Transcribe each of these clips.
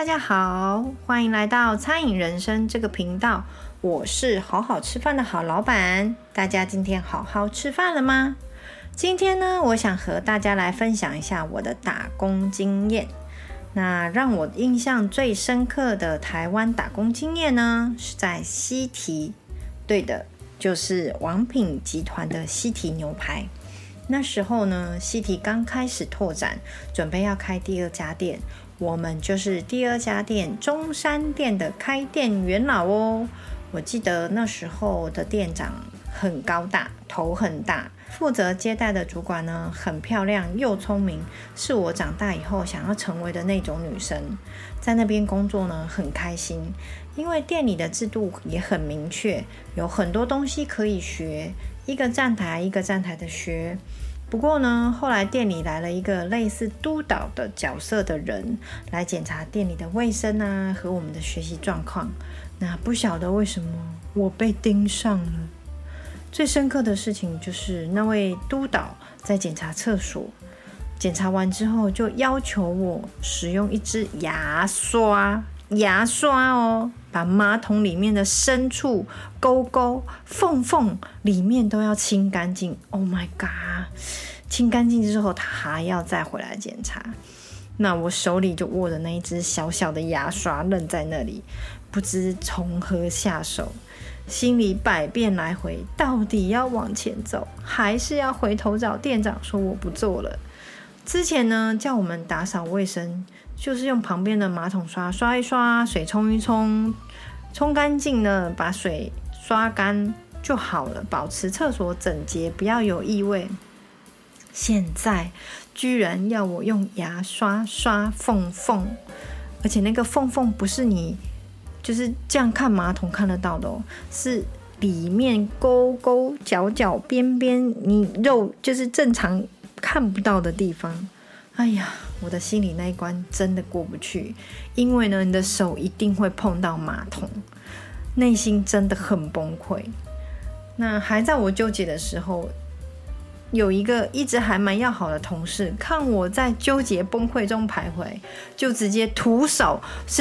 大家好，欢迎来到餐饮人生这个频道，我是好好吃饭的好老板。大家今天好好吃饭了吗？今天呢，我想和大家来分享一下我的打工经验。那让我印象最深刻的台湾打工经验呢，是在西提，对的，就是王品集团的西提牛排。那时候呢，西提刚开始拓展，准备要开第二家店，我们就是第二家店中山店的开店元老哦。我记得那时候的店长很高大，头很大，负责接待的主管呢很漂亮又聪明，是我长大以后想要成为的那种女生。在那边工作呢很开心，因为店里的制度也很明确，有很多东西可以学，一个站台一个站台的学。不过呢，后来店里来了一个类似督导的角色的人，来检查店里的卫生啊和我们的学习状况。那不晓得为什么我被盯上了。最深刻的事情就是那位督导在检查厕所，检查完之后就要求我使用一支牙刷哦，把马桶里面的深处、沟沟、缝缝里面都要清干净。Oh my god！ 清干净之后，他还要再回来检查。那我手里就握着那一支小小的牙刷，愣在那里，不知从何下手，心里百变来回，到底要往前走，还是要回头找店长说我不做了？之前呢，叫我们打扫卫生，就是用旁边的马桶刷刷一刷，水冲一冲，冲干净了，把水刷干就好了，保持厕所整洁，不要有异味。现在居然要我用牙刷刷缝缝，而且那个缝缝不是你就是这样看马桶看得到的哦，是里面沟沟角角边边你肉就是正常看不到的地方。哎呀，我的心里那一关真的过不去，因为呢，你的手一定会碰到马桶，内心真的很崩溃。那还在我纠结的时候，有一个一直还蛮要好的同事，看我在纠结崩溃中徘徊，就直接徒手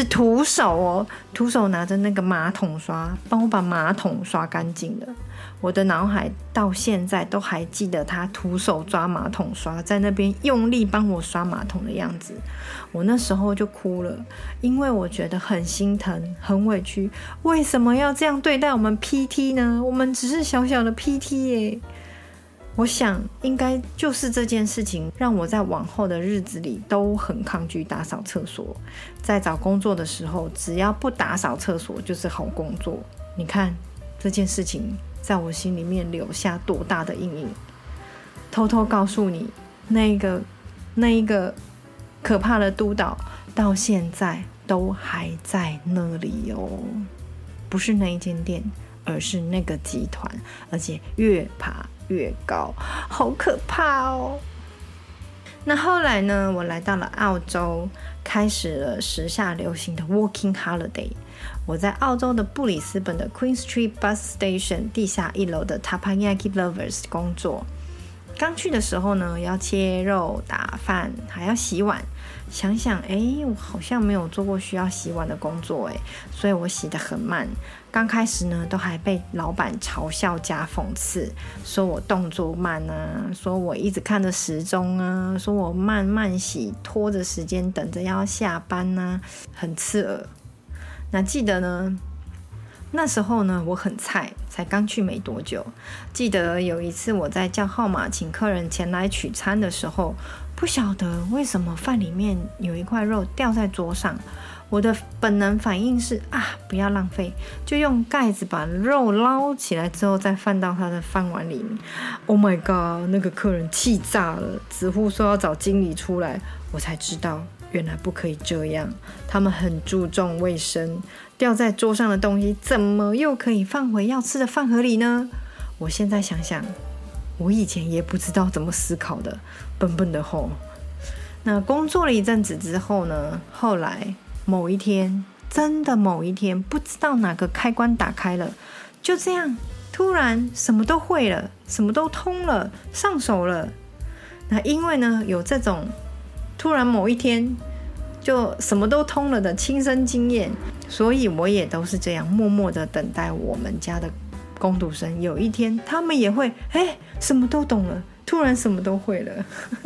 拿着那个马桶刷帮我把马桶刷干净了。我的脑海到现在都还记得他徒手抓马桶刷，在那边用力帮我刷马桶的样子。我那时候就哭了，因为我觉得很心疼很委屈，为什么要这样对待我们 PT 呢？我们只是小小的 PT 耶。我想应该就是这件事情让我在往后的日子里都很抗拒打扫厕所。在找工作的时候，只要不打扫厕所就是好工作。你看这件事情在我心里面留下多大的阴影。偷偷告诉你，那一个可怕的督导到现在都还在那里哦，不是那一间店，而是那个集团，而且越爬越高，好可怕哦。那后来呢，我来到了澳洲，开始了时下流行的 Working Holiday。 我在澳洲的布里斯本的 Queen Street Bus Station 地下1楼的 Teppanyaki Lovers 工作。刚去的时候呢，要切肉打饭还要洗碗，想想我好像没有做过需要洗碗的工作所以我洗得很慢。刚开始呢，都还被老板嘲笑加讽刺，说我动作慢啊，说我一直看着时钟啊，说我慢慢洗，拖着时间等着要下班啊，很刺耳。那记得呢，那时候呢，我很菜，才刚去没多久。记得有一次我在叫号码请客人前来取餐的时候，不晓得为什么饭里面有一块肉掉在桌上，我的本能反应是不要浪费，就用盖子把肉捞起来之后再放到他的饭碗里面。Oh my god， 那个客人气炸了，直呼说要找经理出来。我才知道原来不可以这样，他们很注重卫生，掉在桌上的东西怎么又可以放回要吃的饭盒里呢？我现在想想，我以前也不知道怎么思考的，笨笨的吼。那工作了一阵子之后呢，后来某一天，不知道哪个开关打开了，就这样突然什么都会了，什么都通了，上手了。那因为呢有这种突然某一天就什么都通了的亲身经验，所以我也都是这样默默的等待我们家的工读生有一天他们也会什么都懂了，突然什么都会了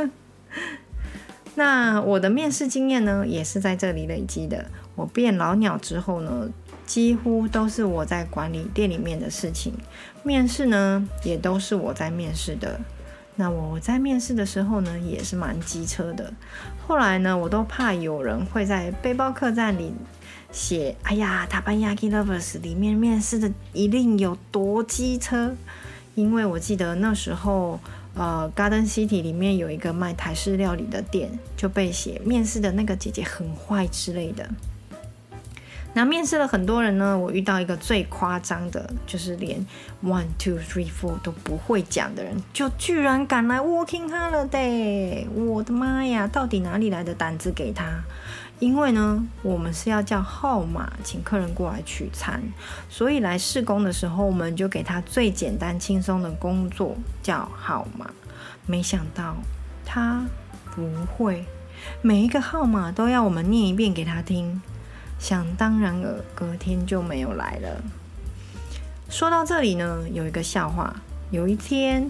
那我的面试经验呢，也是在这里累积的。我变老鸟之后呢，几乎都是我在管理店里面的事情，面试呢也都是我在面试的。那我在面试的时候呢，也是蛮机车的。后来呢，我都怕有人会在背包客栈里写Teppanyaki Lovers 里面面试的一定有多机车，因为我记得那时候Garden City 里面有一个卖台式料理的店，就被写面试的那个姐姐很坏之类的。那面试了很多人呢，我遇到一个最夸张的，就是连 1, 2, 3, 4都不会讲的人，就居然敢来 Working Holiday， 我的妈呀，到底哪里来的胆子给他？因为呢，我们是要叫号码请客人过来取餐，所以来试工的时候，我们就给他最简单轻松的工作叫号码。没想到他不会，每一个号码都要我们念一遍给他听，想当然尔，隔天就没有来了。说到这里呢，有一个笑话。有一天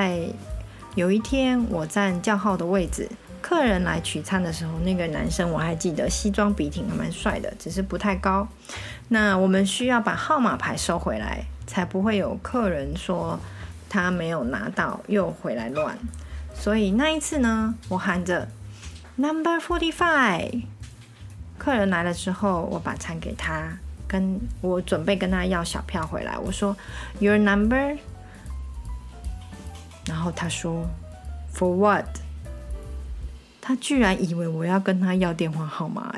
我站叫号的位置，客人来取餐的时候，那个男生我还记得西装笔挺还蛮帅的，只是不太高。那我们需要把号码牌收回来，才不会有客人说他没有拿到又回来乱。所以那一次呢，我喊着 Number 45，客人来了之后，我把餐给他，我准备跟他要小票回来。我说 Your number， 然后他说 For what？ 他居然以为我要跟他要电话号码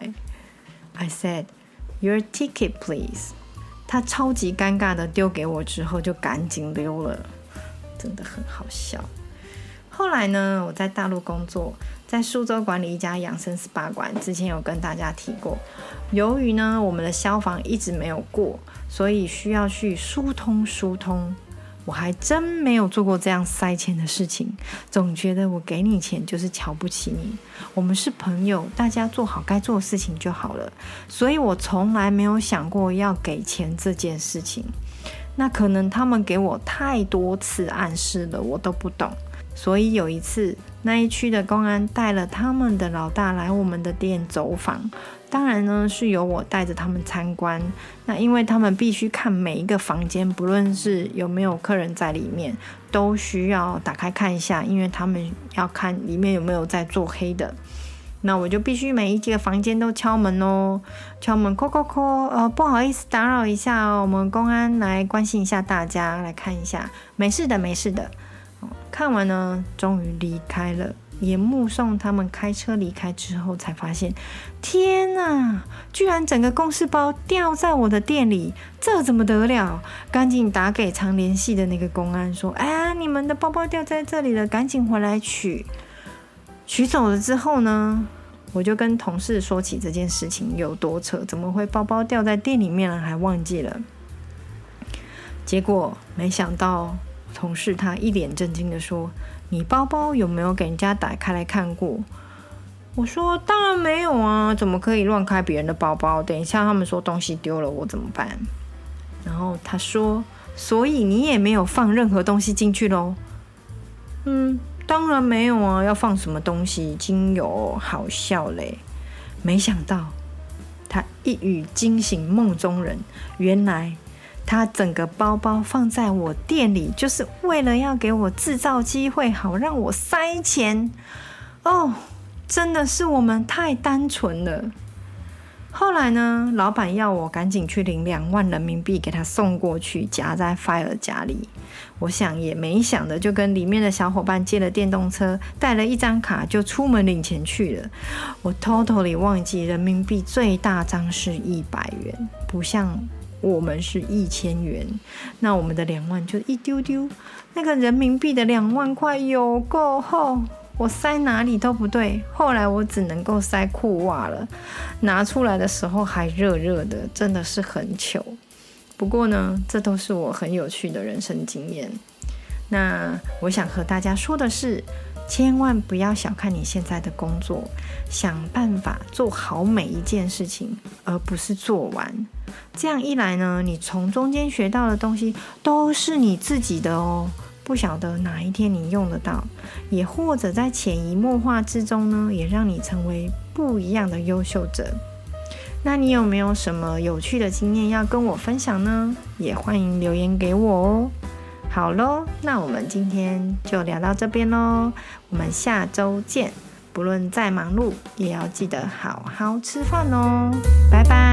I said Your ticket please。 他超级尴尬的丢给我之后就赶紧溜了，真的很好笑。后来呢，我在大陆工作，在苏州管理一家养生 SPA 馆，之前有跟大家提过。由于呢，我们的消防一直没有过，所以需要去疏通。我还真没有做过这样塞钱的事情，总觉得我给你钱就是瞧不起你，我们是朋友，大家做好该做的事情就好了，所以我从来没有想过要给钱这件事情。那可能他们给我太多次暗示了，我都不懂。所以有一次，那一区的公安带了他们的老大来我们的店走访，当然呢是由我带着他们参观。那因为他们必须看每一个房间，不论是有没有客人在里面，都需要打开看一下，因为他们要看里面有没有在做黑的。那我就必须每一个房间都敲门哦，敲门叩，不好意思打扰一下哦，我们公安来关心一下大家，来看一下，没事的。看完呢，终于离开了，也目送他们开车离开之后，才发现，天哪，居然整个公事包掉在我的店里，这怎么得了？赶紧打给常联系的那个公安说，你们的包包掉在这里了，赶紧回来取。取走了之后呢，我就跟同事说起这件事情有多扯，怎么会包包掉在店里面了还忘记了。结果没想到同事他一脸震惊的说，你包包有没有给人家打开来看过？我说当然没有啊，怎么可以乱开别人的包包？等一下他们说东西丢了我怎么办？然后他说，所以你也没有放任何东西进去咯？当然没有啊，要放什么东西？精油，好笑嘞。没想到他一语惊醒梦中人，原来他整个包包放在我店里，就是为了要给我制造机会，好让我塞钱。真的是我们太单纯了。后来呢，老板要我赶紧去领2万人民币给他送过去，夹在 file 夹里。我想也没想的，就跟里面的小伙伴借了电动车，带了一张卡就出门领钱去了。我 totally 忘记人民币最大张是100元，不像我们是1000元，那我们的2万就一丢丢，那个人民币的2万块有够厚，我塞哪里都不对。后来我只能够塞裤袜了，拿出来的时候还热热的，真的是很糗。不过呢，这都是我很有趣的人生经验。那我想和大家说的是， 千万不要小看你现在的工作，想办法做好每一件事情，而不是做完。这样一来呢，你从中间学到的东西都是你自己的哦，不晓得哪一天你用得到，也或者在潜移默化之中呢，也让你成为不一样的优秀者。那你有没有什么有趣的经验要跟我分享呢？也欢迎留言给我哦。好咯，那我们今天就聊到这边咯，我们下周见。不论再忙碌，也要记得好好吃饭哦。拜拜。